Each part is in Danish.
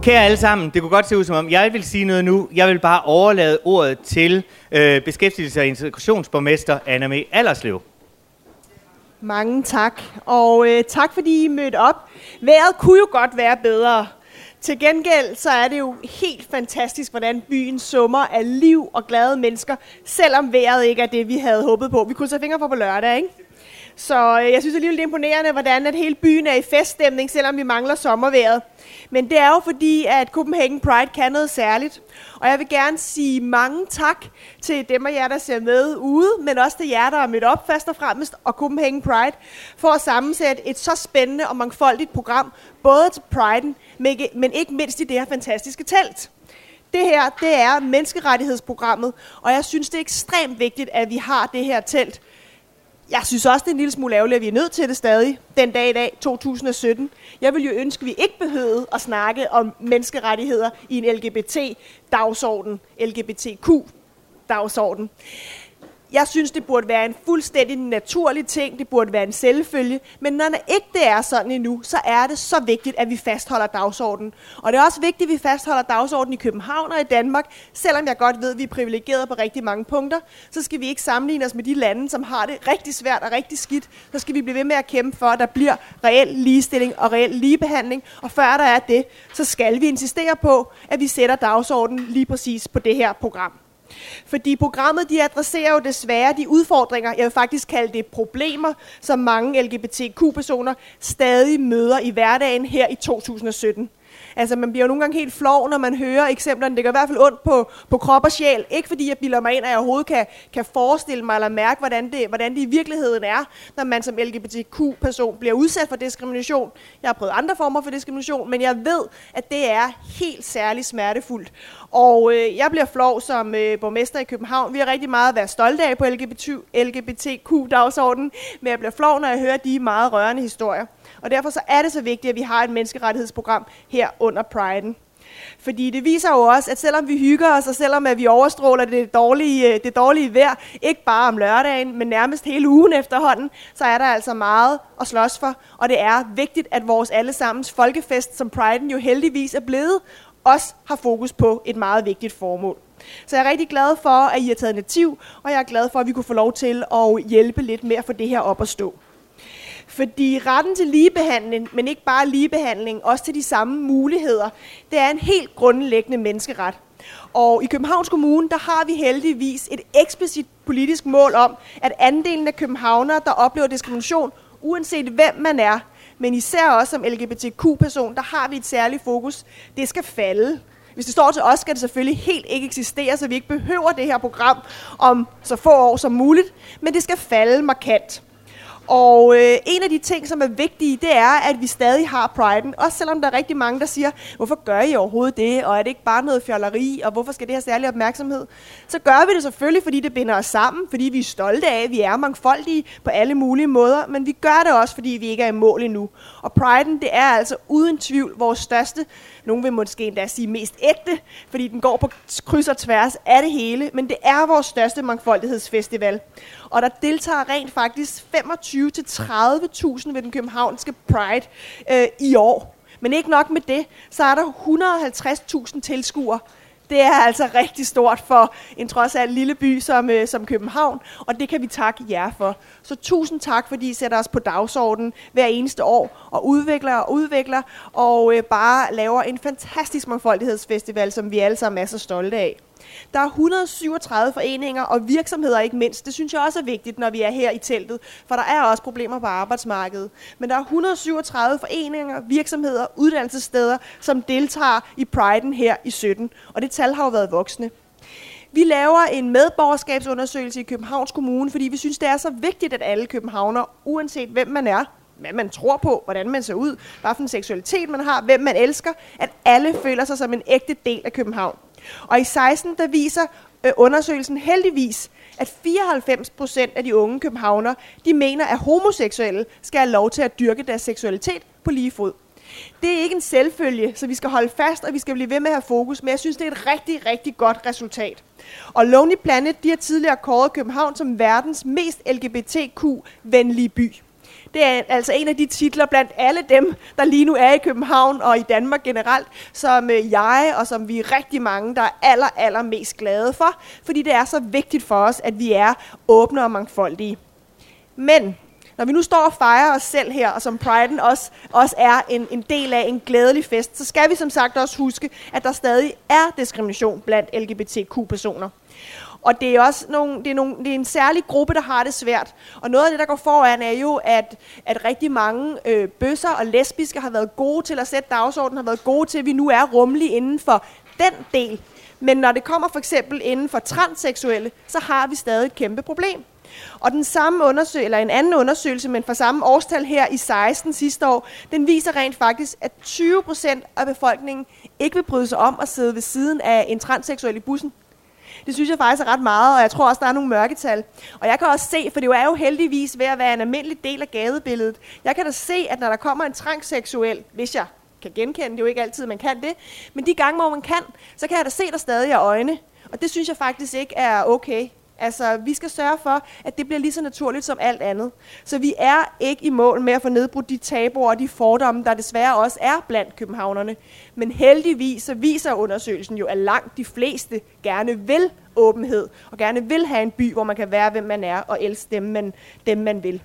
Kære alle sammen, det kunne godt se ud som om, jeg vil sige noget nu. Jeg vil bare overlade ordet til beskæftigelses- og integrationsborgmester Anna-Mette Allerslev. Mange tak, og tak fordi I mødte op. Vejret kunne jo godt være bedre. Til gengæld så er det jo helt fantastisk, hvordan byen summer af liv og glade mennesker, selvom vejret ikke er det, vi havde håbet på. Vi kunne så fingre på lørdag, ikke? Så jeg synes alligevel, det er imponerende, hvordan at hele byen er i feststemning, selvom vi mangler sommervejret. Men det er jo fordi, at Copenhagen Pride kan noget særligt. Og jeg vil gerne sige mange tak til dem af jer, der ser med ude, men også til jer, der er mødt op først og fremmest, og Copenhagen Pride, for at sammensætte et så spændende og mangfoldigt program, både til Pride'en, men ikke mindst i det her fantastiske telt. Det her, det er menneskerettighedsprogrammet, og jeg synes, det er ekstremt vigtigt, at vi har det her telt. Jeg synes også, det er en lille smule ærgerligt, at vi er nødt til det stadig, den dag i dag, 2017. Jeg vil jo ønske, at vi ikke behøvede at snakke om menneskerettigheder i en LGBT-dagsorden, LGBTQ-dagsorden. Jeg synes, det burde være en fuldstændig naturlig ting, det burde være en selvfølge, men når det ikke er sådan endnu, så er det så vigtigt, at vi fastholder dagsordenen. Og det er også vigtigt, at vi fastholder dagsordenen i København og i Danmark, selvom jeg godt ved, at vi er privilegerede på rigtig mange punkter, så skal vi ikke sammenligne os med de lande, som har det rigtig svært og rigtig skidt. Så skal vi blive ved med at kæmpe for, at der bliver reel ligestilling og reel ligebehandling, og før der er det, så skal vi insistere på, at vi sætter dagsordenen lige præcis på det her program. Fordi programmet, de adresserer jo desværre de udfordringer, jeg vil faktisk kalde det problemer, som mange LGBTQ-personer stadig møder i hverdagen her i 2017. Altså, man bliver jo nogle gange helt flov, når man hører eksemplerne. Det gør i hvert fald ondt på krop og sjæl. Ikke fordi jeg bilder mig ind, at jeg overhovedet kan forestille mig eller mærke, hvordan det i virkeligheden er, når man som LGBTQ-person bliver udsat for diskrimination. Jeg har prøvet andre former for diskrimination, men jeg ved, at det er helt særligt smertefuldt. Og jeg bliver flov som borgmester i København. Vi har rigtig meget at være stolte af på LGBTQ-dagsordenen, men jeg bliver flov, når jeg hører de meget rørende historier. Og derfor så er det så vigtigt, at vi har et menneskerettighedsprogram her under Pride'en. Fordi det viser jo også, at selvom vi hygger os, og selvom at vi overstråler det dårlige vejr, ikke bare om lørdagen, men nærmest hele ugen efterhånden, så er der altså meget at slås for. Og det er vigtigt, at vores allesammens folkefest, som Pride'en jo heldigvis er blevet, også har fokus på et meget vigtigt formål. Så jeg er rigtig glad for, at I har taget initiativ, og jeg er glad for, at vi kunne få lov til at hjælpe lidt med at få det her op at stå. Fordi retten til ligebehandling, men ikke bare ligebehandling, også til de samme muligheder, det er en helt grundlæggende menneskeret. Og i Københavns Kommune, der har vi heldigvis et eksplicit politisk mål om, at andelen af københavnere, der oplever diskrimination, uanset hvem man er, men især også som LGBTQ-person, der har vi et særligt fokus. Det skal falde. Hvis det står til os, skal det selvfølgelig helt ikke eksistere, så vi ikke behøver det her program om så få år som muligt, men det skal falde markant. Og en af de ting, som er vigtige, det er, at vi stadig har Pride'en. Også selvom der er rigtig mange, der siger, hvorfor gør I overhovedet det? Og er det ikke bare noget fjolleri? Og hvorfor skal det have særlig opmærksomhed? Så gør vi det selvfølgelig, fordi det binder os sammen. Fordi vi er stolte af, at vi er mangfoldige på alle mulige måder. Men vi gør det også, fordi vi ikke er i mål endnu. Og Pride'en, det er altså uden tvivl vores største, nogen vil måske endda sige mest ægte, fordi den går på kryds og tværs af det hele. Men det er vores største mangfoldighedsfestival. Og der deltager rent faktisk 25.000 til 30.000 ved den københavnske Pride i år. Men ikke nok med det, så er der 150.000 tilskuere. Det er altså rigtig stort for en trods alt lille by som København, og det kan vi takke jer for. Så tusind tak, fordi I sætter os på dagsordenen hver eneste år og udvikler og bare laver en fantastisk mangfoldighedsfestival, som vi alle sammen er så stolte af. Der er 137 foreninger og virksomheder ikke mindst. Det synes jeg også er vigtigt, når vi er her i teltet, for der er også problemer på arbejdsmarkedet. Men der er 137 foreninger, virksomheder, uddannelsessteder, som deltager i Pride'en her i 17, og det tal har jo været voksende. Vi laver en medborgerskabsundersøgelse i Københavns Kommune, fordi vi synes, det er så vigtigt, at alle københavnere, uanset hvem man er, hvad man tror på, hvordan man ser ud, hvad for en seksualitet man har, hvem man elsker, at alle føler sig som en ægte del af København. Og i 16, der viser undersøgelsen heldigvis, at 94% af de unge københavnere, de mener, at homoseksuelle skal have lov til at dyrke deres seksualitet på lige fod. Det er ikke en selvfølge, så vi skal holde fast, og vi skal blive ved med at have fokus, men jeg synes, det er et rigtig, rigtig godt resultat. Og Lonely Planet, de har tidligere kåret København som verdens mest LGBTQ-venlige by. Det er altså en af de titler blandt alle dem, der lige nu er i København og i Danmark generelt, som jeg og som vi er rigtig mange, der er allermest glade for, fordi det er så vigtigt for os, at vi er åbne og mangfoldige. Men når vi nu står og fejrer os selv her, og som Priden også er en del af en glædelig fest, så skal vi som sagt også huske, at der stadig er diskrimination blandt LGBTQ-personer. Og det er også det er en særlig gruppe, der har det svært. Og noget af det, der går foran, er jo, at rigtig mange bøsser og lesbiske har været gode til at sætte dagsordenen, har været gode til, at vi nu er rummelige inden for den del. Men når det kommer for eksempel inden for transseksuelle, så har vi stadig et kæmpe problem. Og den samme en anden undersøgelse, men fra samme årstal her i 16 sidste år, den viser rent faktisk, at 20% af befolkningen ikke vil bryde sig om at sidde ved siden af en transseksuel i bussen. Det synes jeg faktisk er ret meget, og jeg tror også, der er nogle mørketal. Og jeg kan også se, for det er jo heldigvis ved at være en almindelig del af gadebilledet. Jeg kan da se, at når der kommer en transseksuel, hvis jeg kan genkende, det er jo ikke altid, man kan det, men de gange, hvor man kan, så kan jeg da se, der stadig er øjne. Og det synes jeg faktisk ikke er okay. Altså, vi skal sørge for, at det bliver lige så naturligt som alt andet. Så vi er ikke i mål med at få nedbrudt de tabuer og de fordomme, der desværre også er blandt københavnerne. Men heldigvis så viser undersøgelsen jo, at langt de fleste gerne vil åbenhed, og gerne vil have en by, hvor man kan være, hvem man er, og elske dem man vil.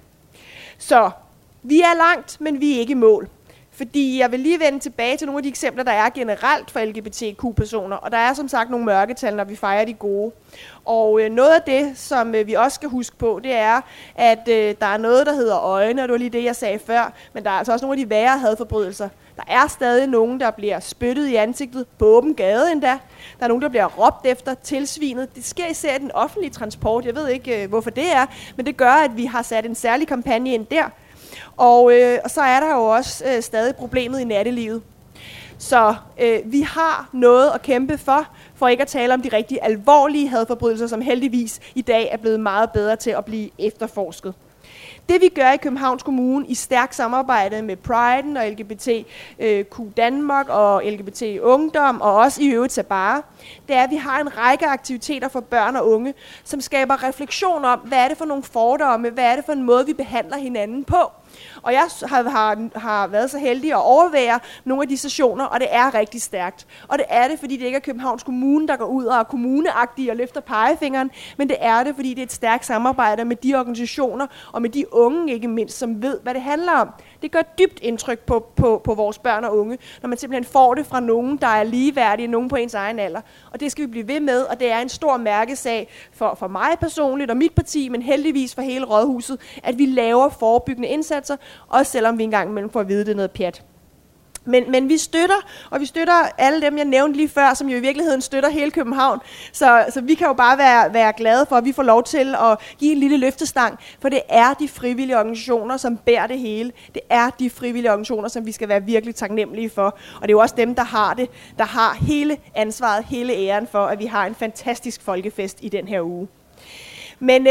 Så vi er langt, men vi er ikke i mål. Fordi jeg vil lige vende tilbage til nogle af de eksempler, der er generelt for LGBTQ-personer. Og der er som sagt nogle mørketal, når vi fejrer de gode. Og noget af det, som vi også skal huske på, det er, at der er noget, der hedder øjne, og det var lige det, jeg sagde før. Men der er altså også nogle af de værre hadforbrydelser. Der er stadig nogen, der bliver spyttet i ansigtet på åben gade endda. Der er nogen, der bliver råbt efter, tilsvinet. Det sker især i den offentlige transport. Jeg ved ikke, hvorfor det er, men det gør, at vi har sat en særlig kampagne ind der. Og så er der jo også stadig problemet i nattelivet. Så vi har noget at kæmpe for ikke at tale om de rigtig alvorlige hadforbrydelser, som heldigvis i dag er blevet meget bedre til at blive efterforsket. Det vi gør i Københavns Kommune i stærkt samarbejde med Priden og LGBTQ Danmark og LGBT Ungdom og også i øvrigt Sabara, det er, at vi har en række aktiviteter for børn og unge, som skaber refleksion om, hvad er det for nogle fordomme, hvad er det for en måde, vi behandler hinanden på. Og jeg har været så heldig at overvære nogle af de sessioner, og det er rigtig stærkt. Og det er det, fordi det ikke er Københavns Kommune, der går ud og er kommuneagtige og løfter pegefingeren, men det er det, fordi det er et stærkt samarbejde med de organisationer og med de unge, ikke mindst, som ved, hvad det handler om. Det gør dybt indtryk på vores børn og unge, når man simpelthen får det fra nogen, der er ligeværdige, nogen på ens egen alder. Og det skal vi blive ved med, og det er en stor mærkesag for mig personligt og mit parti, men heldigvis for hele Rådhuset, at vi laver forebyggende indsatser, også selvom vi engang imellem får at vide, det er noget pjat. Men vi støtter alle dem, jeg nævnte lige før, som jo i virkeligheden støtter hele København. Så vi kan jo bare være glade for, at vi får lov til at give en lille løftestang, for det er de frivillige organisationer, som bærer det hele. Det er de frivillige organisationer, som vi skal være virkelig taknemmelige for. Og det er jo også dem, der har hele ansvaret, hele æren for, at vi har en fantastisk folkefest i den her uge. Men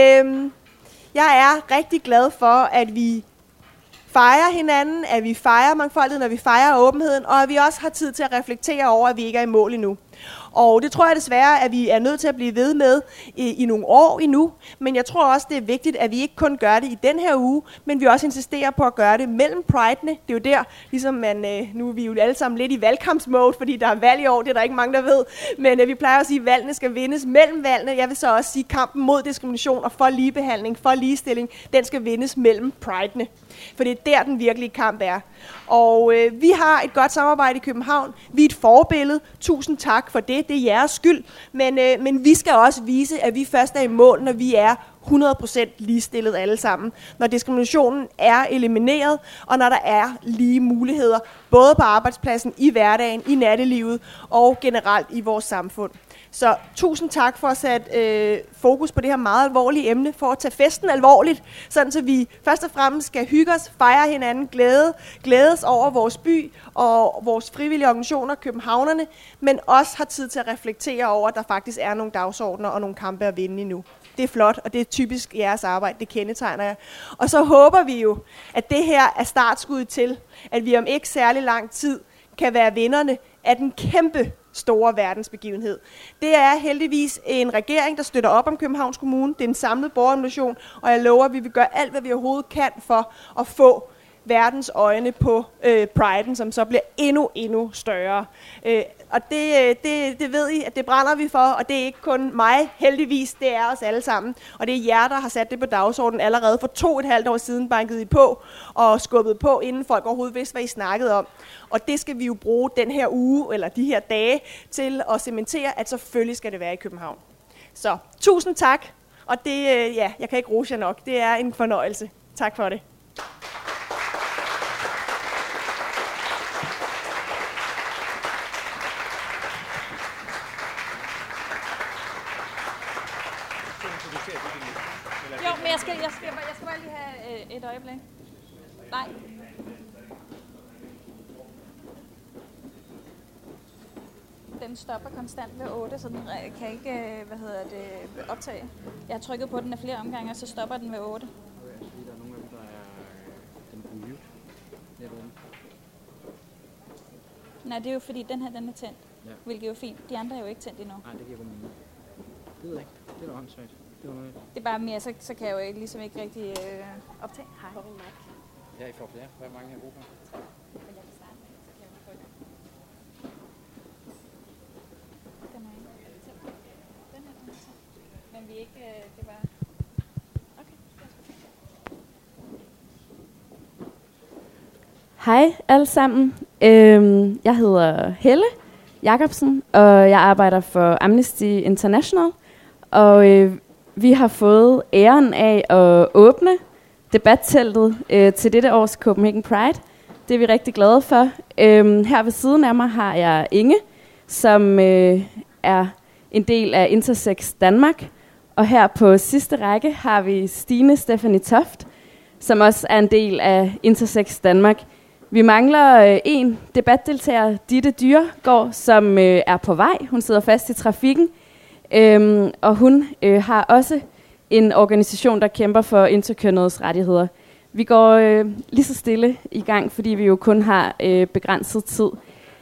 jeg er rigtig glad for, at vi fejrer hinanden, at vi fejrer mangfoldigheden, at vi fejrer åbenheden, og at vi også har tid til at reflektere over, at vi ikke er i mål endnu. Og det tror jeg desværre, at vi er nødt til at blive ved med i nogle år endnu. Men jeg tror også, det er vigtigt, at vi ikke kun gør det i den her uge, men vi også insisterer på at gøre det mellem Pride'ene. Det er jo der, ligesom nu er vi jo alle sammen lidt i valgkampsmode, fordi der er valg i år, det er der ikke mange, der ved. Men vi plejer at sige, at valgene skal vindes mellem valgene. Jeg vil så også sige, at kampen mod diskrimination og for ligebehandling, for ligestilling, den skal vindes mellem Pride'ene. For det er der, den virkelige kamp er. Og vi har et godt samarbejde i København. Vi er et forbillede. Tusind tak for det. Det er jeres skyld. Men vi skal også vise, at vi først er i mål, når vi er 100% ligestillet alle sammen. Når diskriminationen er elimineret, og når der er lige muligheder, både på arbejdspladsen, i hverdagen, i nattelivet og generelt i vores samfund. Så tusind tak for at sætte fokus på det her meget alvorlige emne, for at tage festen alvorligt, sådan så vi først og fremmest skal hygge os, fejre hinanden, glædes over vores by og vores frivillige organisationer, københavnerne, men også har tid til at reflektere over, at der faktisk er nogle dagsordner og nogle kampe at vinde endnu. Det er flot, og det er typisk jeres arbejde, det kendetegner jeg. Og så håber vi jo, at det her er startskuddet til, at vi om ikke særlig lang tid kan være vinderne af den kæmpe store verdensbegivenhed. Det er heldigvis en regering, der støtter op om Københavns Kommune. Det er en samlet borgerorganisation, og jeg lover, at vi vil gøre alt, hvad vi overhovedet kan for at få verdens øjne på Priden, som så bliver endnu større. Og det ved I, at det brænder vi for, og det er ikke kun mig, heldigvis, det er os alle sammen. Og det er jer, der har sat det på dagsordenen allerede for 2,5 år siden, bankede I på og skubbet på, inden folk overhovedet vidste, hvad I snakkede om. Og det skal vi jo bruge den her uge, eller de her dage, til at cementere, at selvfølgelig skal det være i København. Så tusind tak, og det, jeg kan ikke rose jer nok. Det er en fornøjelse. Tak for det. Jo, men jeg skal bare lige have et øjeblik. Nej. Den stopper konstant ved 8, så den kan ikke optage. Jeg har trykket på den af flere omgange, og så stopper den ved 8. Der er nogle af dem, der er den mute. Nej, det er jo fordi, den her den er tændt. Ja. Hvilket er jo fint. De andre er jo ikke tændt endnu. Nej, det giver god mening. Det ved jeg ikke. Det er da åndssvagt. Det er bare mere, så kan jeg jo ikke, ligesom ikke rigtig optage. Hej. Ja, I får flere. Hvor mange har brug for? Men jeg kan starte med, så kan jeg jo få det. Den er ikke tændt. Den her, den er tændt. Men vi ikke, det var... Okay, Hej alle sammen. Jeg hedder Helle Jacobsen, og jeg arbejder for Amnesty International. Og vi har fået æren af at åbne debatteltet til dette års Copenhagen Pride. Det er vi rigtig glade for. Her ved siden af mig har jeg Inge, som er en del af Intersex Danmark. Og her på sidste række har vi Stine Stephanie Toft, som også er en del af Intersex Danmark. Vi mangler en debatdeltager, Ditte Dyregård, som er på vej. Hun sidder fast i trafikken. Og hun har også en organisation, der kæmper for interkønnedes rettigheder. Vi går lige så stille i gang, fordi vi jo kun har begrænset tid.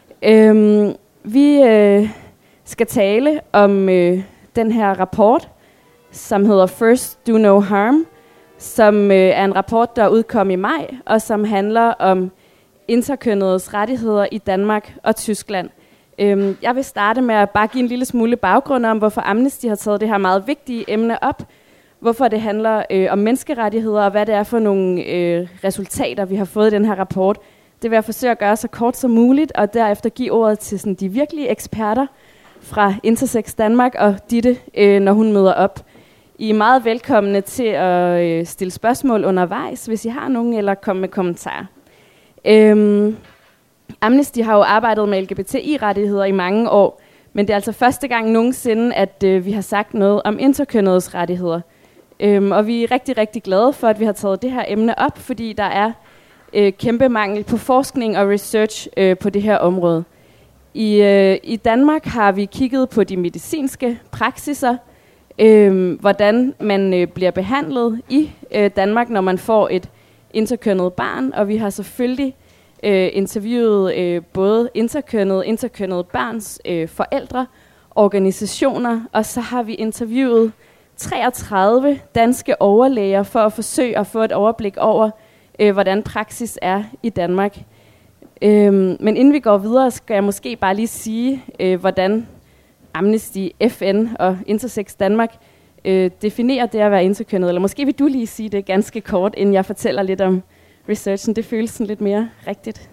Vi skal tale om den her rapport, som hedder First Do No Harm, som er en rapport, der udkom i maj, og som handler om interkønnedes rettigheder i Danmark og Tyskland. Jeg vil starte med at bare give en lille smule baggrund om, hvorfor Amnesty har taget det her meget vigtige emne op, hvorfor det handler om menneskerettigheder, og hvad det er for nogle resultater, vi har fået i den her rapport. Det vil jeg forsøge at gøre så kort som muligt, og derefter give ordet til sådan, de virkelige eksperter fra Intersex Danmark og Ditte, når hun møder op. I er meget velkomne til at stille spørgsmål undervejs, hvis I har nogen, eller komme med kommentarer. Amnesty har jo arbejdet med LGBTI-rettigheder i mange år, men det er altså første gang nogensinde, at vi har sagt noget om interkønnedes rettigheder. Og vi er rigtig, rigtig glade for, at vi har taget det her emne op, fordi der er kæmpe mangel på forskning og research på det her område. I Danmark har vi kigget på de medicinske praksiser, hvordan man bliver behandlet i Danmark, når man får et interkønnet barn, og vi har selvfølgelig interviewet både interkønnede børns forældre, organisationer, og så har vi interviewet 33 danske overlæger for at forsøge at få et overblik over, hvordan praksis er i Danmark. Men inden vi går videre, skal jeg måske bare lige sige, hvordan Amnesty, FN og Intersex Danmark definerer det at være interkønnet. Eller måske vil du lige sige det ganske kort, inden jeg fortæller lidt om researchen. Det føles sådan lidt mere rigtigt.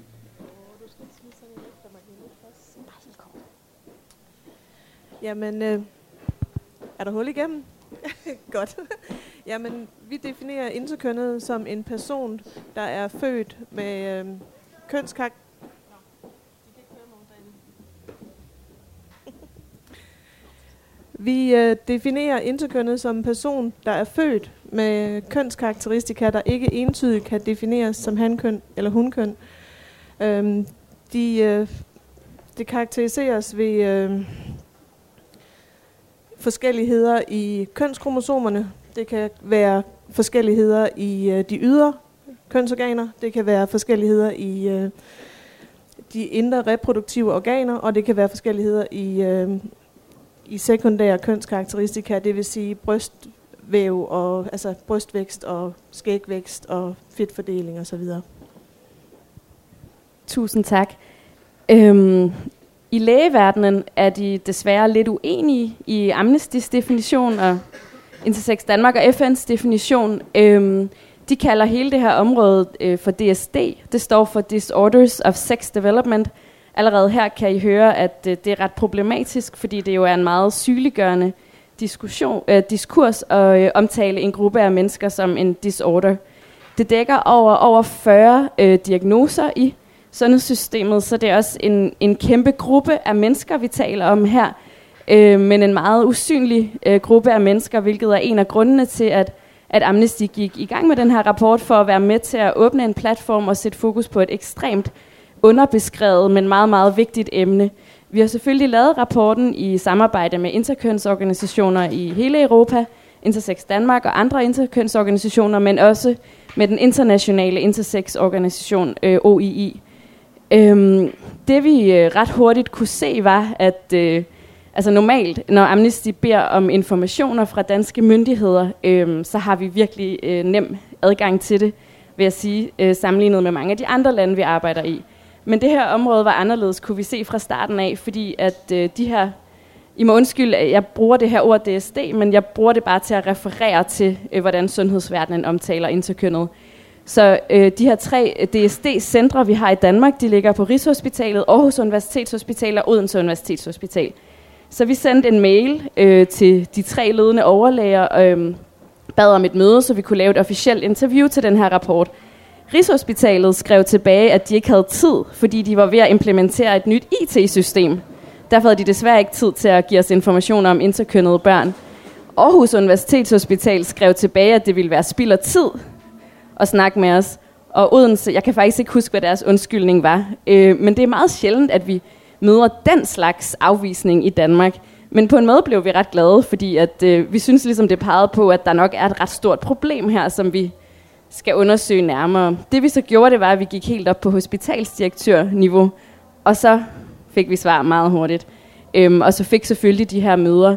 Jamen, er der hul igennem? Godt. Jamen, vi definerer interkønnet som en person, der er født med kønskarakter. Vi definerer interkønnet som en person, der er født med kønskarakteristika, der ikke entydigt kan defineres som hankøn eller hunkøn. Det karakteriseres ved forskelligheder i kønskromosomerne. Det kan være forskelligheder i de ydre kønsorganer. Det kan være forskelligheder i de indre reproduktive organer, og det kan være forskelligheder i sekundære kønskarakteristika, det vil sige brystvæv, og, altså brystvækst og skægvækst og fedtfordeling osv. Tusind tak. I lægeverdenen er de desværre lidt uenige i Amnestys definition og Intersex Danmark og FN's definition. De kalder hele det her område for DSD. Det står for Disorders of Sex Development. Allerede her kan I høre, at det er ret problematisk, fordi det jo er en meget sygeliggørende diskurs og omtale en gruppe af mennesker som en disorder. Det dækker over 40 diagnoser i sundhedssystemet, så det er også en kæmpe gruppe af mennesker, vi taler om her, men en meget usynlig gruppe af mennesker, hvilket er en af grundene til, at Amnesty gik i gang med den her rapport for at være med til at åbne en platform og sætte fokus på et ekstremt underbeskrevet, men meget, meget vigtigt emne. Vi har selvfølgelig lavet rapporten i samarbejde med interkønsorganisationer i hele Europa, Intersex Danmark og andre interkønsorganisationer, men også med den internationale intersex-organisation OII. Det vi ret hurtigt kunne se var, at altså normalt, når Amnesty beder om informationer fra danske myndigheder, så har vi virkelig nem adgang til det, vil jeg sige, sammenlignet med mange af de andre lande, vi arbejder i. Men det her område var anderledes, kunne vi se fra starten af, fordi at de her, I må undskylde, at jeg bruger det her ord DSD, men jeg bruger det bare til at referere til, hvordan sundhedsverdenen omtaler interkønnet. Så de her 3 DSD-centre, vi har i Danmark, de ligger på Rigshospitalet, Aarhus Universitetshospital og Odense Universitetshospital. Så vi sendte en mail til de 3 ledende overlæger og bad om et møde, så vi kunne lave et officielt interview til den her rapport. Rigshospitalet skrev tilbage, at de ikke havde tid, fordi de var ved at implementere et nyt IT-system. Derfor havde de desværre ikke tid til at give os informationer om interkønnede børn. Aarhus Universitetshospital skrev tilbage, at det ville være spild af tid at snakke med os. Og Odense, jeg kan faktisk ikke huske, hvad deres undskyldning var. Men det er meget sjældent, at vi møder den slags afvisning i Danmark. Men på en måde blev vi ret glade, fordi at, vi synes ligesom det pegede på, at der nok er et ret stort problem her, som vi skal undersøge nærmere. Det vi så gjorde, det var, at vi gik helt op på hospitalsdirektørniveau, og så fik vi svar meget hurtigt. Og så fik selvfølgelig de her møder.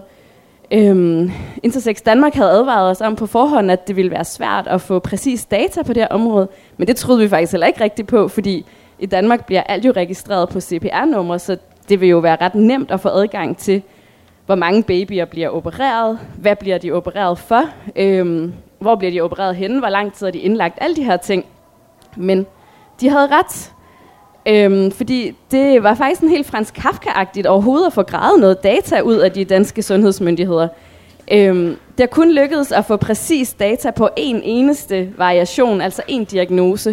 Intersex Danmark havde advaret os om på forhånd, at det ville være svært at få præcis data på det her område, men det troede vi faktisk heller ikke rigtigt på, fordi i Danmark bliver alt jo registreret på CPR-numre, så det vil jo være ret nemt at få adgang til, hvor mange babyer bliver opereret, hvad bliver de opereret for, hvor bliver de opereret henne, hvor lang tid er de indlagt, alle de her ting. Men de havde ret, fordi det var faktisk en helt Franz Kafka-agtigt overhovedet at få gravet noget data ud af de danske sundhedsmyndigheder. Det har kun lykkedes at få præcis data på en eneste variation, altså en diagnose.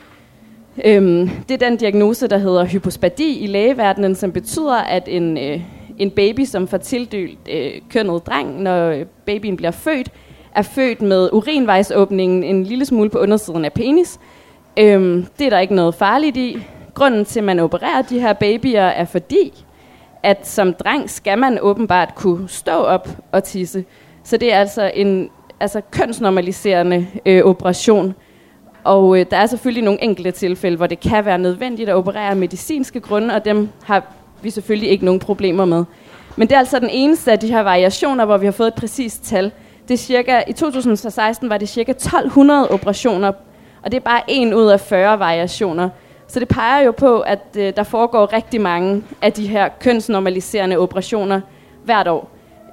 Det er den diagnose, der hedder hypospadi i lægeverdenen, som betyder, at en baby, som får tildelt kønnet dreng, når babyen bliver født, er født med urinvejsåbningen en lille smule på undersiden af penis. Det er der ikke noget farligt i. Grunden til, at man opererer de her babyer, er fordi, at som dreng skal man åbenbart kunne stå op og tisse. Så det er altså en kønsnormaliserende operation. Og der er selvfølgelig nogle enkelte tilfælde, hvor det kan være nødvendigt at operere af medicinske grunde, og dem har vi selvfølgelig ikke nogen problemer med. Men det er altså den eneste af de her variationer, hvor vi har fået et præcist tal. Det er cirka, i 2016 var det cirka 1200 operationer, og det er bare 1 ud af 40 variationer. Så det peger jo på, at der foregår rigtig mange af de her kønsnormaliserende operationer hvert år.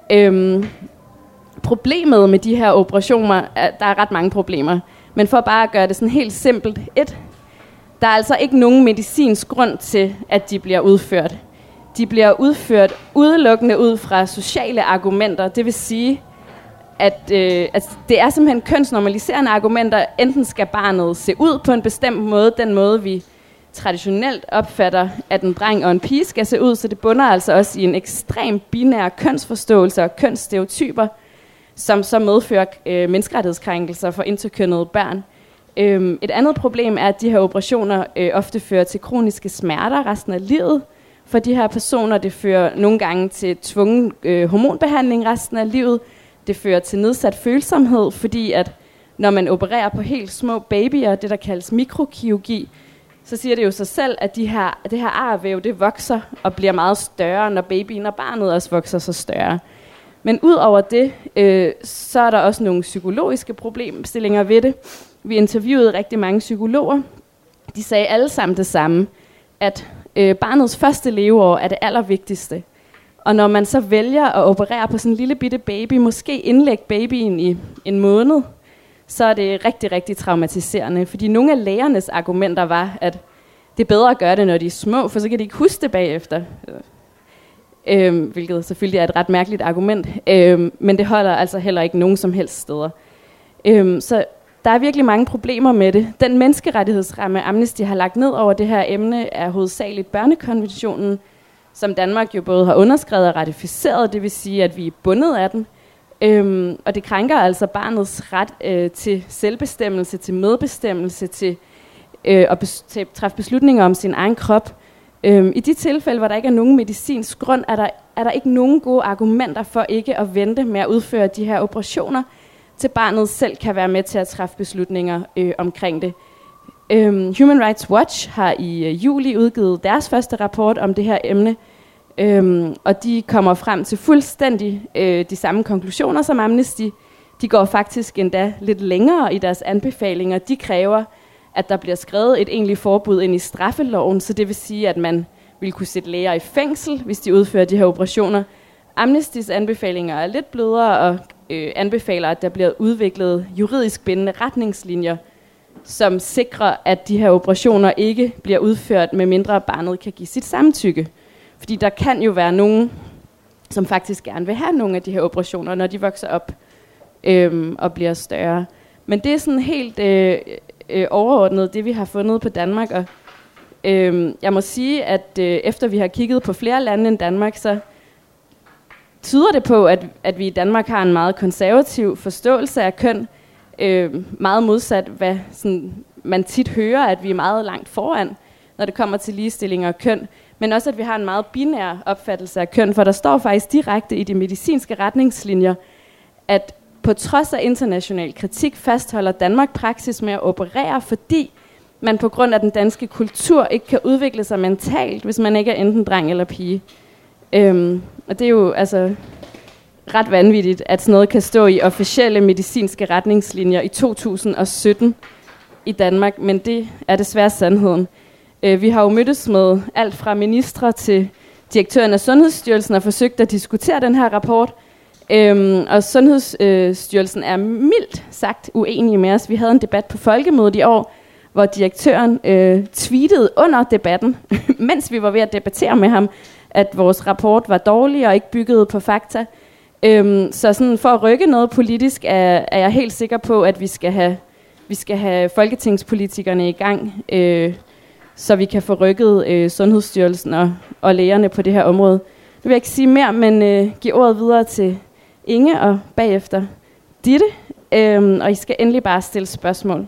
Problemet med de her operationer, der er ret mange problemer, men for bare at gøre det sådan helt simpelt. Der er altså ikke nogen medicinsk grund til, at de bliver udført. De bliver udført udelukkende ud fra sociale argumenter. Det vil sige, at det er simpelthen kønsnormaliserende argumenter. Enten skal barnet se ud på en bestemt måde, den måde vi traditionelt opfatter, at en dreng og en pige skal se ud, så det bunder altså også i en ekstrem binær kønsforståelse og kønsstereotyper, som så medfører menneskerettighedskrænkelser for interkønnede børn. Et andet problem er, at de her operationer ofte fører til kroniske smerter resten af livet for de her personer. Det fører nogle gange til tvungen hormonbehandling resten af livet. Det fører til nedsat følsomhed, fordi at når man opererer på helt små babyer, det der kaldes mikrokirurgi, så siger det jo sig selv, at det her arvæv, det vokser og bliver meget større, når babyen og barnet også vokser så større. Men ud over det, så er der også nogle psykologiske problemstillinger ved det. Vi interviewede rigtig mange psykologer. De sagde alle sammen det samme, at barnets første leveår er det allervigtigste. Og når man så vælger at operere på sådan en lille bitte baby, måske indlægge babyen i en måned, så er det rigtig, rigtig traumatiserende. Fordi nogle af lægernes argumenter var, at det er bedre at gøre det, når de er små, for så kan de ikke huske det bagefter. Hvilket selvfølgelig er et ret mærkeligt argument. Men det holder altså heller ikke nogen som helst steder. Så der er virkelig mange problemer med det. Den menneskerettighedsramme, Amnesty har lagt ned over det her emne, er hovedsageligt børnekonventionen, som Danmark jo både har underskrevet og ratificeret, det vil sige, at vi er bundet af den. Og det krænker altså barnets ret til selvbestemmelse, til medbestemmelse, til at træffe beslutninger om sin egen krop. I de tilfælde, hvor der ikke er nogen medicinsk grund, er der ikke nogen gode argumenter for ikke at vente med at udføre de her operationer, til barnet selv kan være med til at træffe beslutninger omkring det. Human Rights Watch har i juli udgivet deres første rapport om det her emne, og de kommer frem til fuldstændig de samme konklusioner som Amnesty. De går faktisk endda lidt længere i deres anbefalinger. De kræver, at der bliver skrevet et egentligt forbud ind i straffeloven, så det vil sige, at man vil kunne sætte læger i fængsel, hvis de udfører de her operationer. Amnestys anbefalinger er lidt blødere og anbefaler, at der bliver udviklet juridisk bindende retningslinjer, som sikrer, at de her operationer ikke bliver udført, medmindre barnet kan give sit samtykke. Fordi der kan jo være nogen, som faktisk gerne vil have nogle af de her operationer, når de vokser op og bliver større. Men det er sådan helt overordnet, det vi har fundet på Danmark. Og jeg må sige, at efter vi har kigget på flere lande end Danmark, så tyder det på, at vi i Danmark har en meget konservativ forståelse af køn, meget modsat, hvad sådan, man tit hører, at vi er meget langt foran, når det kommer til ligestilling og køn, men også, at vi har en meget binær opfattelse af køn, for der står faktisk direkte i de medicinske retningslinjer, at på trods af international kritik fastholder Danmark praksis med at operere, fordi man på grund af den danske kultur ikke kan udvikle sig mentalt, hvis man ikke er enten dreng eller pige. Og det er jo altså ret vanvittigt, at sådan noget kan stå i officielle medicinske retningslinjer i 2017 i Danmark, men det er desværre sandheden. Vi har jo mødtes med alt fra ministre til direktøren af Sundhedsstyrelsen og forsøgt at diskutere den her rapport, og Sundhedsstyrelsen er mildt sagt uenige med os. Vi havde en debat på Folkemødet i år, hvor direktøren tweetede under debatten, mens vi var ved at debattere med ham, at vores rapport var dårlig og ikke bygget på fakta. Så sådan for at rykke noget politisk, er jeg helt sikker på, at vi skal have folketingspolitikerne i gang, så vi kan få rykket Sundhedsstyrelsen og lægerne på det her område. Nu vil jeg ikke sige mere, men give ordet videre til Inge og bagefter Ditte, og I skal endelig bare stille spørgsmål.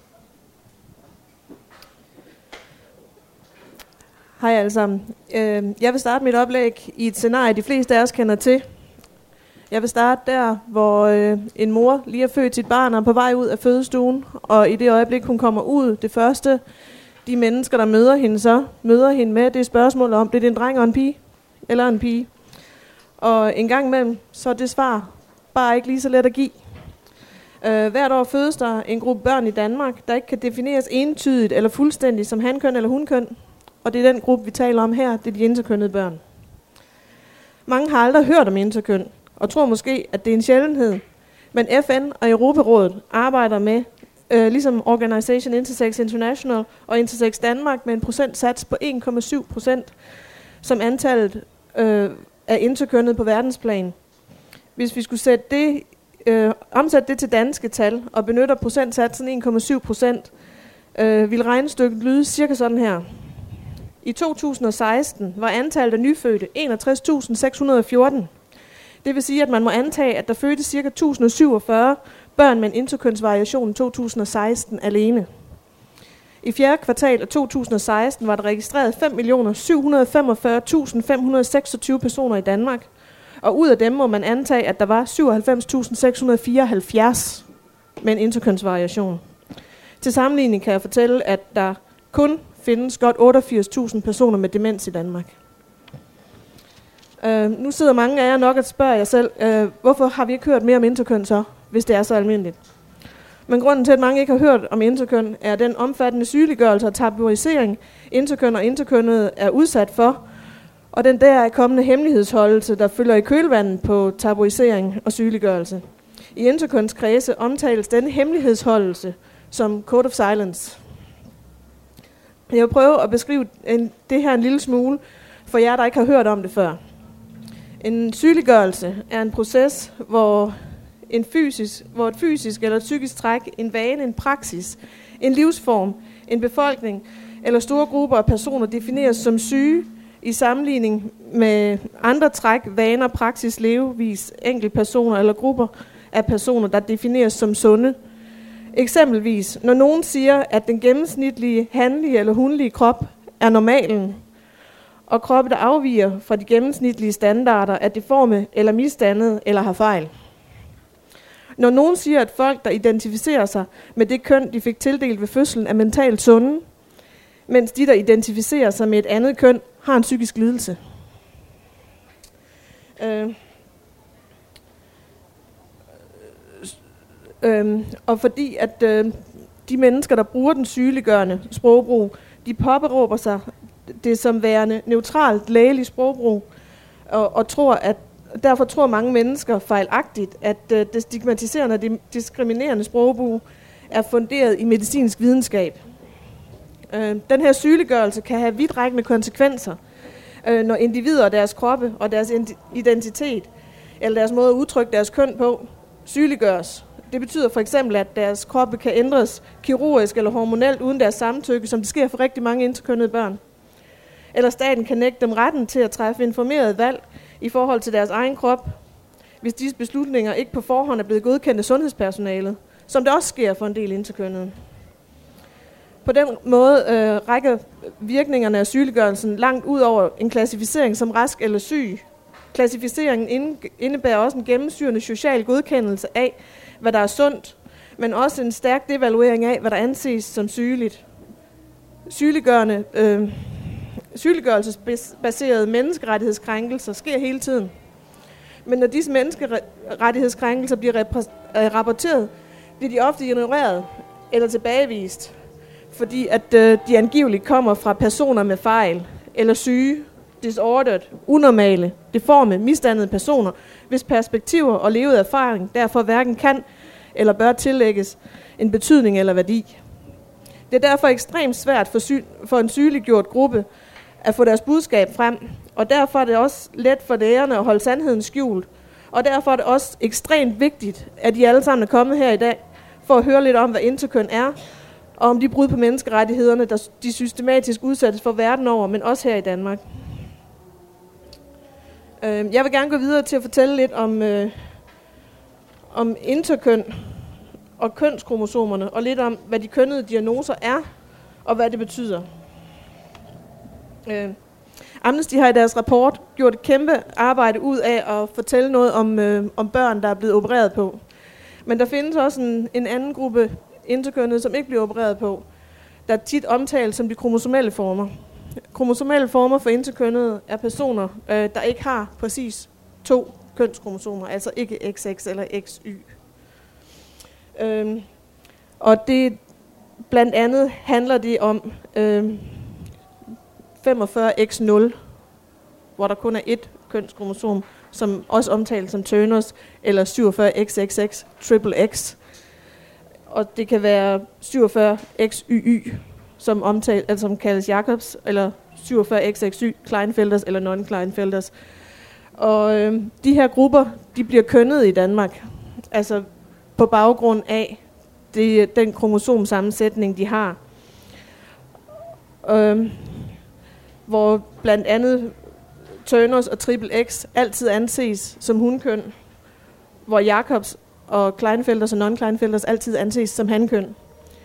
Hej alle sammen. Jeg vil starte mit oplæg i et scenarie, de fleste af os kender til. Jeg vil starte der, hvor en mor lige har født sit barn og er på vej ud af fødestuen, og i det øjeblik, hun kommer ud, det første, de mennesker, der møder hende med, det er spørgsmålet om, det er en dreng og en pige, eller en pige. Og en gang imellem, så er det svar bare ikke lige så let at give. Hvert år fødes der en gruppe børn i Danmark, der ikke kan defineres entydigt eller fuldstændigt som hankøn eller hunkøn. Og det er den gruppe, vi taler om her, det er de interkønnede børn. Mange har aldrig hørt om interkøn, og tror måske, at det er en sjældenhed. Men FN og Europarådet arbejder med, ligesom Organisation Intersex International og Intersex Danmark, med en procentsats på 1,7%, som antallet af interkønnede på verdensplan. Hvis vi skulle sætte omsætte det til danske tal og benytter procentsatsen 1,7%, vil regnestykket lyde cirka sådan her. I 2016 var antallet af nyfødte 61.614. Det vil sige, at man må antage, at der fødte ca. 1047 børn med en interkønsvariation i 2016 alene. I fjerde kvartal af 2016 var der registreret 5.745.526 personer i Danmark, og ud af dem må man antage, at der var 97.674 med en interkønsvariation. Til sammenligning kan jeg fortælle, at der kun findes godt 88.000 personer med demens i Danmark. Nu sidder mange af jer nok og spørger jer selv, hvorfor har vi ikke hørt mere om interkøn så, hvis det er så almindeligt? Men grunden til, at mange ikke har hørt om interkøn, er den omfattende sygeliggørelse og tabuisering, interkøn og interkønnede er udsat for, og den der kommende hemmelighedsholdelse, der følger i kølvandet på tabuisering og sygeliggørelse. I interkønskredse omtales denne hemmelighedsholdelse som Code of Silence. Jeg vil prøve at beskrive det her en lille smule, for jer, der ikke har hørt om det før. En sygeliggørelse er en proces, hvor et fysisk eller et psykisk træk, en vane, en praksis, en livsform, en befolkning eller store grupper af personer defineres som syge i sammenligning med andre træk, vaner, praksis, levevis, enkeltpersoner eller grupper af personer, der defineres som sunde. Eksempelvis, når nogen siger, at den gennemsnitlige hanlige eller hunlige krop er normalen, og kroppe, der afviger fra de gennemsnitlige standarder, er deforme eller misdannede eller har fejl. Når nogen siger, at folk, der identificerer sig med det køn, de fik tildelt ved fødslen, er mentalt sunde, mens de, der identificerer sig med et andet køn, har en psykisk lidelse. Og fordi at de mennesker, der bruger den sygeliggørende sprogbrug, de påberåber sig det som værende neutralt lægelig sprogbrug, og tror, at derfor tror mange mennesker fejlagtigt, at det stigmatiserende og det diskriminerende sprogbrug er funderet i medicinsk videnskab. Den her sygeliggørelse kan have vidtrækkende konsekvenser, når individer og deres kroppe og deres identitet, eller deres måde at udtrykke deres køn på, sygeliggøres. Det betyder for eksempel, at deres kroppe kan ændres kirurgisk eller hormonelt uden deres samtykke, som det sker for rigtig mange interkønnede børn. Eller staten kan nægte dem retten til at træffe informeret valg i forhold til deres egen krop, hvis disse beslutninger ikke på forhånd er blevet godkendt af sundhedspersonalet, som det også sker for en del interkønnede. På den måde rækker virkningerne af sygeliggørelsen langt ud over en klassificering som rask eller syg. Klassificeringen indebærer også en gennemsyrende social godkendelse af, hvad der er sundt, men også en stærk devaluering af, hvad der anses som sygeligt. Sygeliggørelsesbaserede menneskerettighedskrænkelser sker hele tiden. Men når disse menneskerettighedskrænkelser bliver rapporteret, bliver de ofte ignoreret eller tilbagevist, fordi at de angiveligt kommer fra personer med fejl eller syge, disordered, unormale, deforme, misdannede personer, hvis perspektiver og levet erfaring derfor hverken kan eller bør tillægges en betydning eller værdi. Det er derfor ekstremt svært for en sygeliggjort gruppe at få deres budskab frem, og derfor er det også let for lægerne at holde sandheden skjult. Og derfor er det også ekstremt vigtigt, at I alle sammen er kommet her i dag for at høre lidt om, hvad interkøn er, og om de brud på menneskerettighederne, der de systematisk udsættes for verden over, men også her i Danmark. Jeg vil gerne gå videre til at fortælle lidt om interkøn og kønskromosomerne, og lidt om, hvad de kønnede diagnoser er, og hvad det betyder. Amnesty har i deres rapport gjort et kæmpe arbejde ud af at fortælle noget om børn, der er blevet opereret på. Men der findes også en anden gruppe interkønnede, som ikke bliver opereret på, der tit omtales som de kromosomelle former. Kromosomelle former for interkønnede er personer, der ikke har præcis 2 kønskromosomer, altså ikke XX eller XY. Og det blandt andet handler det om 45X0, hvor der kun er 1 kønskromosom, som også omtales som Turners, eller 47XXX, triple X. Og det kan være 47XYY, som kaldes Jacobs, eller 47XXY, Klinefelters eller non-Klinefelters. Og de her grupper, de bliver kønnet i Danmark, altså på baggrund af den kromosomsammensætning, de har. Hvor blandt andet Turners og triple X altid anses som hunkøn, hvor Jacobs og Klinefelters og non-Klinefelters altid anses som hankøn.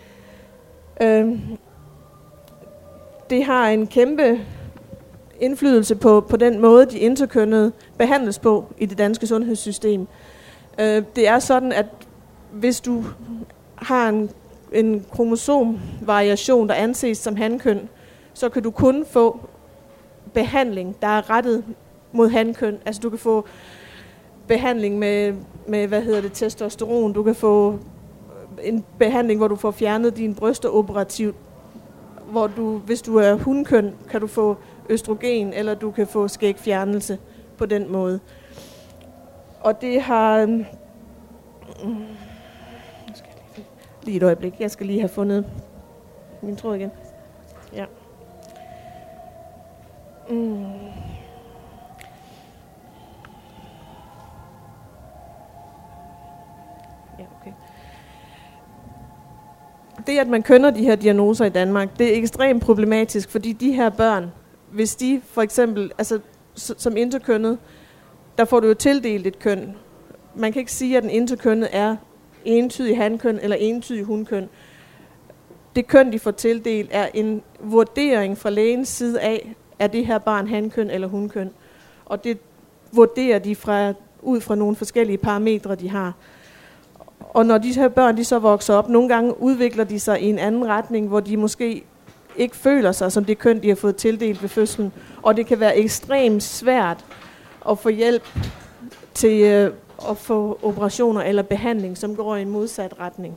Det har en kæmpe indflydelse på den måde, de interkønnede behandles på i det danske sundhedssystem. Det er sådan, at hvis du har en kromosomvariation, der anses som hankøn, så kan du kun få behandling, der er rettet mod hankøn. Altså du kan få behandling med testosteron. Du kan få en behandling, hvor du får fjernet dine bryster operativt. Hvor du, hvis du er hunkøn, kan du få østrogen, eller du kan få skægfjernelse på den måde. Og det har... Lige et øjeblik. Jeg skal lige have fundet min tråd igen. Ja. Ja, okay. Det, at man kønner de her diagnoser i Danmark, det er ekstremt problematisk, fordi de her børn, hvis de for eksempel, altså som interkønnet, der får du jo tildelt et køn. Man kan ikke sige, at den interkønnet er entydig hankøn eller entydig hunkøn. Det køn, de får tildelt, er en vurdering fra lægens side af, er det her barn hankøn eller hunkøn. Og det vurderer de ud fra nogle forskellige parametre, de har. Og når de her børn de så vokser op, nogle gange udvikler de sig i en anden retning, hvor de måske ikke føler sig som det køn, de har fået tildelt ved fødslen. Og det kan være ekstremt svært at få hjælp til at få operationer eller behandling, som går i en modsat retning.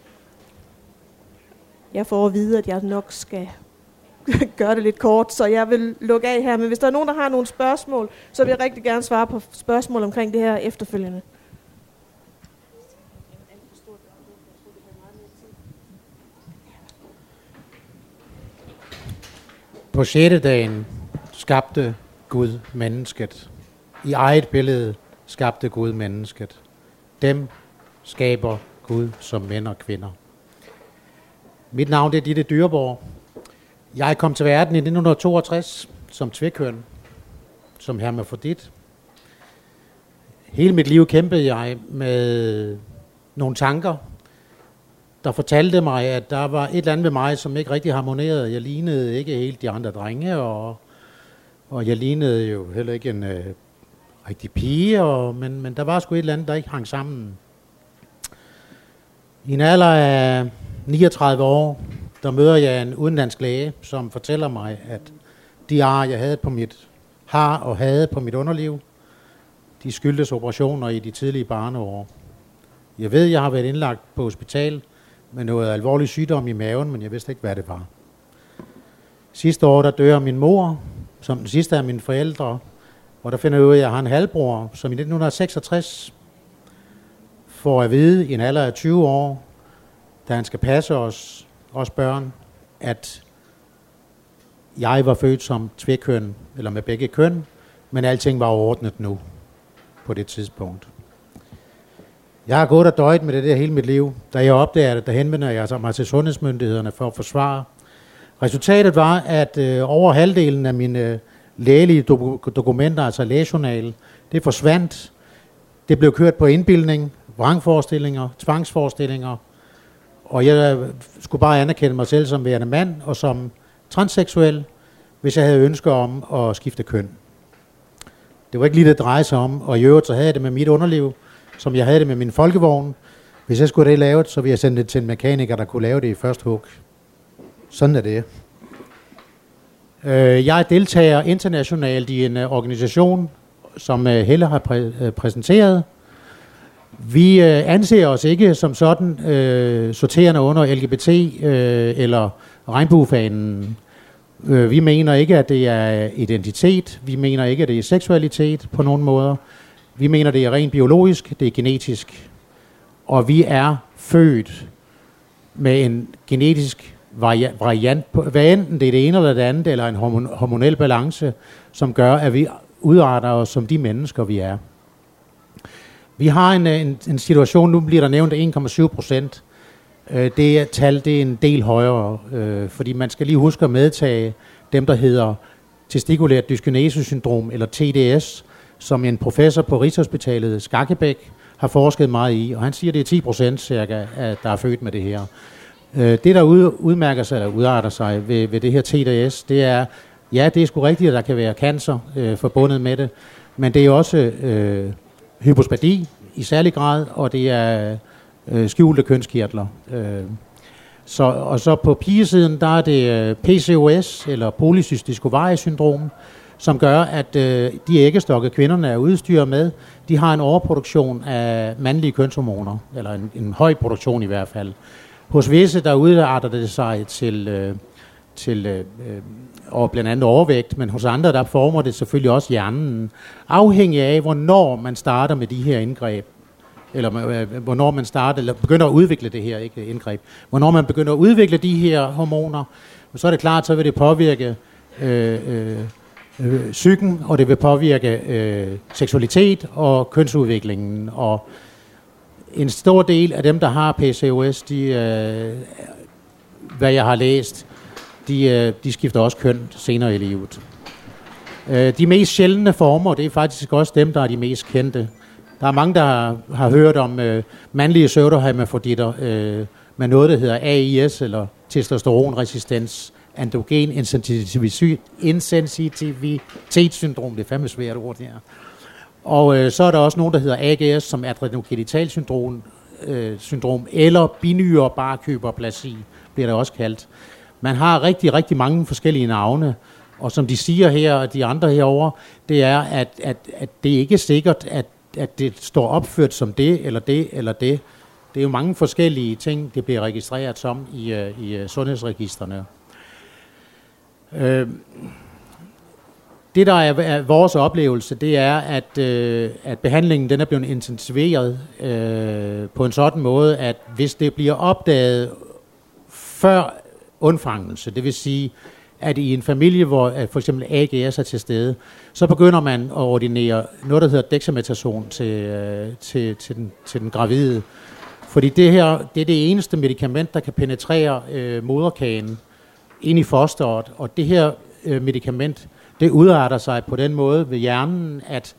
Jeg får at vide, at jeg nok skal gøre det lidt kort, så jeg vil lukke af her. Men hvis der er nogen, der har nogle spørgsmål, så vil jeg rigtig gerne svare på spørgsmål omkring det her efterfølgende. På 6. dagen skabte Gud mennesket. I eget billede skabte Gud mennesket. Dem skaber Gud som mænd og kvinder. Mit navn er Ditte Dyreborg. Jeg kom til verden i 1962 som tvekøn, som hermafrodit. Hele mit liv kæmpede jeg med nogle tanker, der fortalte mig, at der var et eller andet ved mig, som ikke rigtig harmonerede. Jeg lignede ikke helt de andre drenge, og jeg lignede jo heller ikke en rigtig pige, men der var sgu et eller andet, der ikke hang sammen. I en alder af 39 år, der møder jeg en udenlandsk læge, som fortæller mig, at de ar, jeg havde på mit underliv, de skyldtes operationer i de tidlige barneår. Jeg ved, jeg har været indlagt på hospital med noget alvorlig sygdom i maven, men jeg vidste ikke, hvad det var. Sidste år, der dør min mor, som den sidste af mine forældre, og der finder jeg ud af, at jeg har en halvbror, som i 1966 får at vide i en alder af 20 år, da han skal passe os børn, at jeg var født som tvekøn, eller med begge køn, men alting var ordnet nu på det tidspunkt. Jeg har gået og døjet med det der hele mit liv. Da jeg opdager det, der henvender jeg mig til sundhedsmyndighederne for at forsvare. Resultatet var, at over halvdelen af mine lægelige dokumenter, altså lægejournal, det forsvandt. Det blev kørt på indbildning, vrangforestillinger, tvangsforestillinger, og jeg skulle bare anerkende mig selv som værende mand og som transseksuel, hvis jeg havde ønsker om at skifte køn. Det var ikke lige det dreje sig om, og i øvrigt så havde jeg det med mit underliv, som jeg havde det med min folkevogn. Hvis jeg skulle det lavet, så ville jeg sende det til en mekaniker, der kunne lave det i første hug. Sådan er det. Jeg deltager internationalt i en organisation, som Helle har præsenteret. Vi anser os ikke som sådan sorterende under LGBT eller regnbuefanen. Vi mener ikke, at det er identitet. Vi mener ikke, at det er seksualitet på nogen måder. Vi mener, det er rent biologisk, det er genetisk. Og vi er født med en genetisk variant, hvad enten det er det ene eller det andet, eller en hormonel balance, som gør, at vi udarter os som de mennesker, vi er. Vi har en situation, nu bliver der nævnt 1,7%. Det tal, det er en del højere, fordi man skal lige huske at medtage dem, der hedder testikulært dyskinesesyndrom, eller TDS, som en professor på Rigshospitalet Skakkebæk har forsket meget i, og han siger, at det er 10% cirka, at der er født med det her. Det, der udmærker sig, eller udarter sig ved det her TDS, det er, ja, det er sgu rigtigt, at der kan være cancer forbundet med det, men det er også hypospadi i særlig grad, og det er skjulte kønskirtler. Og så på pigesiden, der er det PCOS, eller polycystisk ovariesyndrom, som gør, at de æggestokke, kvinderne er udstyret med, de har en overproduktion af mandlige kønshormoner, eller en høj produktion i hvert fald. Hos visse, der udarter det sig til og blandt andet overvægt, men hos andre, der former det selvfølgelig også hjernen, afhængig af, hvornår man starter med de her indgreb, eller hvornår man starter, eller begynder at udvikle det her indgreb. Hvornår man begynder at udvikle de her hormoner, så er det klart, så vil det påvirke psyken, og det vil påvirke seksualitet og kønsudviklingen. Og en stor del af dem, der har PCOS, hvad jeg har læst, de skifter også køn senere i livet. De mest sjældne former, det er faktisk også dem, der er de mest kendte. Der er mange, der har hørt om mandlige pseudohermafroditter med noget, der hedder AIS, eller testosteronresistens, androgen insensitivitetssyndrom, det er fandme svært ord, det her. Og så er der også nogen, der hedder AGS, som adrenogenitalsyndrom, eller binyrebarkhyperplasi, bliver det også kaldt. Man har rigtig, rigtig mange forskellige navne, og som de siger her, og de andre herovre, det er, at det ikke er sikkert, at det står opført som det, eller det, eller det. Det er jo mange forskellige ting, det bliver registreret som i sundhedsregisterne. Det, der er vores oplevelse, det er, at behandlingen den er blevet intensiveret på en sådan måde, at hvis det bliver opdaget før undfangelse, det vil sige, at i en familie, hvor for eksempel AGS er til stede, så begynder man at ordinere noget, der hedder dexamethason til den gravide. Fordi det er det eneste medicament, der kan penetrere moderkagen ind i fosteret, og det her medicament, det udarter sig på den måde ved hjernen, at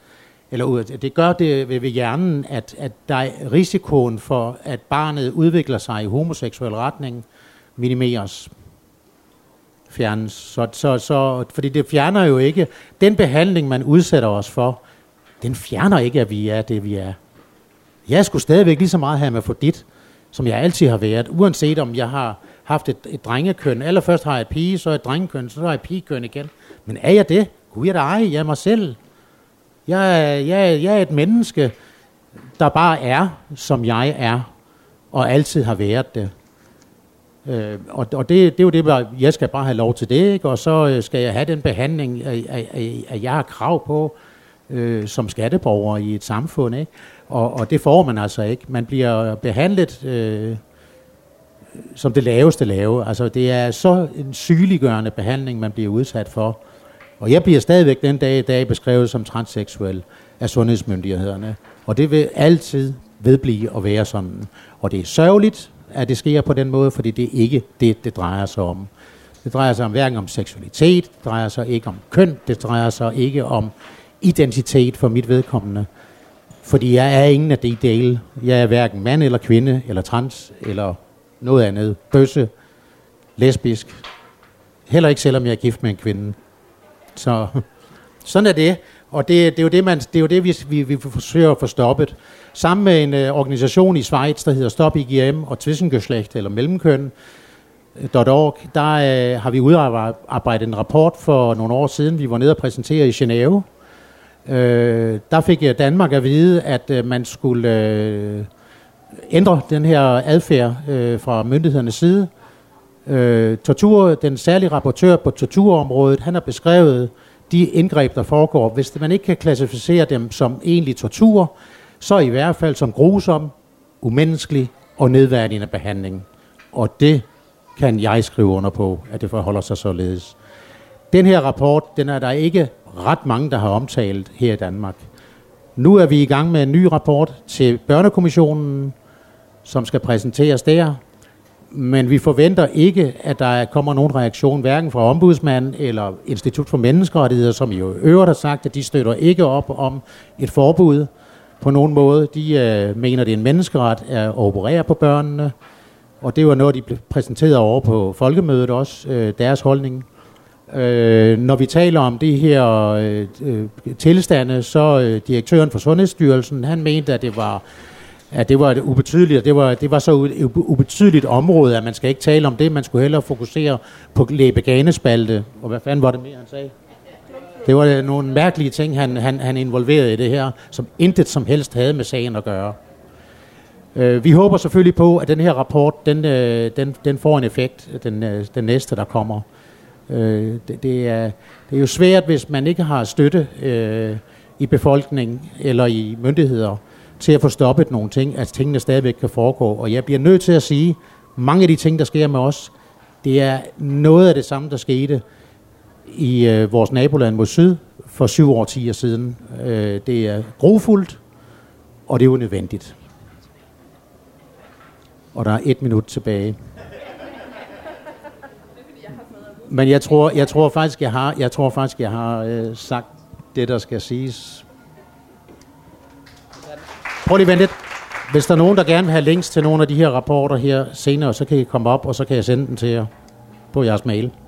der er risikoen for, at barnet udvikler sig i homoseksuel retning, minimeres, fjernes. Så fordi det fjerner jo ikke, den behandling, man udsætter os for, den fjerner ikke, at vi er det, vi er. Jeg er sgu stadigvæk lige så meget hermafrodit, som jeg altid har været, uanset om jeg har haft et drengekøn. Allerførst har jeg et pige, så et drengekøn, så har jeg et pigekøn igen. Men er jeg det? Gud, jeg er jeg er mig selv. Jeg er et menneske, der bare er, som jeg er, og altid har været det. Og det er jo det, jeg skal bare have lov til det, ikke? Og så skal jeg have den behandling, at jeg har krav på som skatteborger i et samfund, ikke? Og det får man altså ikke. Man bliver behandlet som det laveste lave. Altså det er så en sygeliggørende behandling, man bliver udsat for. Og jeg bliver stadigvæk den dag i dag beskrevet som transseksuel af sundhedsmyndighederne. Og det vil altid vedblive at være sådan. Og det er sørgeligt, at det sker på den måde, fordi det er ikke det drejer sig om. Det drejer sig hverken om seksualitet, det drejer sig ikke om køn, det drejer sig ikke om identitet for mit vedkommende. Fordi jeg er ingen af de dele. Jeg er hverken mand eller kvinde, eller trans, eller noget andet. Bøsse, lesbisk. Heller ikke selvom jeg er gift med en kvinde. Så sådan er det. Og det er jo det, vi forsøger at få stoppet. Sammen med en organisation i Schweiz, der hedder Stop IGM og Zwischengeschlecht, eller mellemkøn.org, der har vi udarbejdet en rapport for nogle år siden. Vi var nede og præsentere i Genève. Der fik Danmark at vide, at man skulle ændre den her adfærd fra myndighedernes side. Den særlige rapportør på torturområdet, han har beskrevet de indgreb, der foregår. Hvis man ikke kan klassificere dem som egentlig tortur, så i hvert fald som grusom, umenneskelig og nedværdigende behandling. Og det kan jeg skrive under på, at det forholder sig således. Den her rapport, den er der ikke ret mange, der har omtalt her i Danmark. Nu er vi i gang med en ny rapport til Børnekommissionen, som skal præsenteres der. Men vi forventer ikke, at der kommer nogen reaktion, hverken fra ombudsmanden eller Institut for Menneskerettigheder, som i øvrigt har sagt, at de støtter ikke op om et forbud på nogen måde. De mener, det er en menneskeret at operere på børnene. Og det var noget, de blev præsenteret over på folkemødet også, deres holdning. Når vi taler om det her tilstande, så direktøren for Sundhedsstyrelsen, han mente, at det var at det var et ubetydeligt, det var så et ubetydeligt område, at man skal ikke tale om det, man skulle hellere fokusere på læbeganespalte, og hvad fanden var det mere, han sagde? Det var nogle mærkelige ting, han involverede i det her, som intet som helst havde med sagen at gøre. Vi håber selvfølgelig på, at den her rapport, den får en effekt, den næste, der kommer. Det er jo svært, hvis man ikke har støtte i befolkningen eller i myndigheder til at få stoppet nogle ting, at tingene stadigvæk kan foregå. Og jeg bliver nødt til at sige, mange af de ting, der sker med os, det er noget af det samme, der skete i vores naboland mod syd for 7 årtier siden. Det er grufuldt, og det er jo nødvendigt. Og der er 1 minut tilbage. Men jeg tror faktisk, jeg har sagt det, der skal siges. Prøv lige vent lidt. Hvis der er nogen, der gerne vil have links til nogle af de her rapporter her senere, så kan I komme op, og så kan jeg sende den til jer på jeres mail.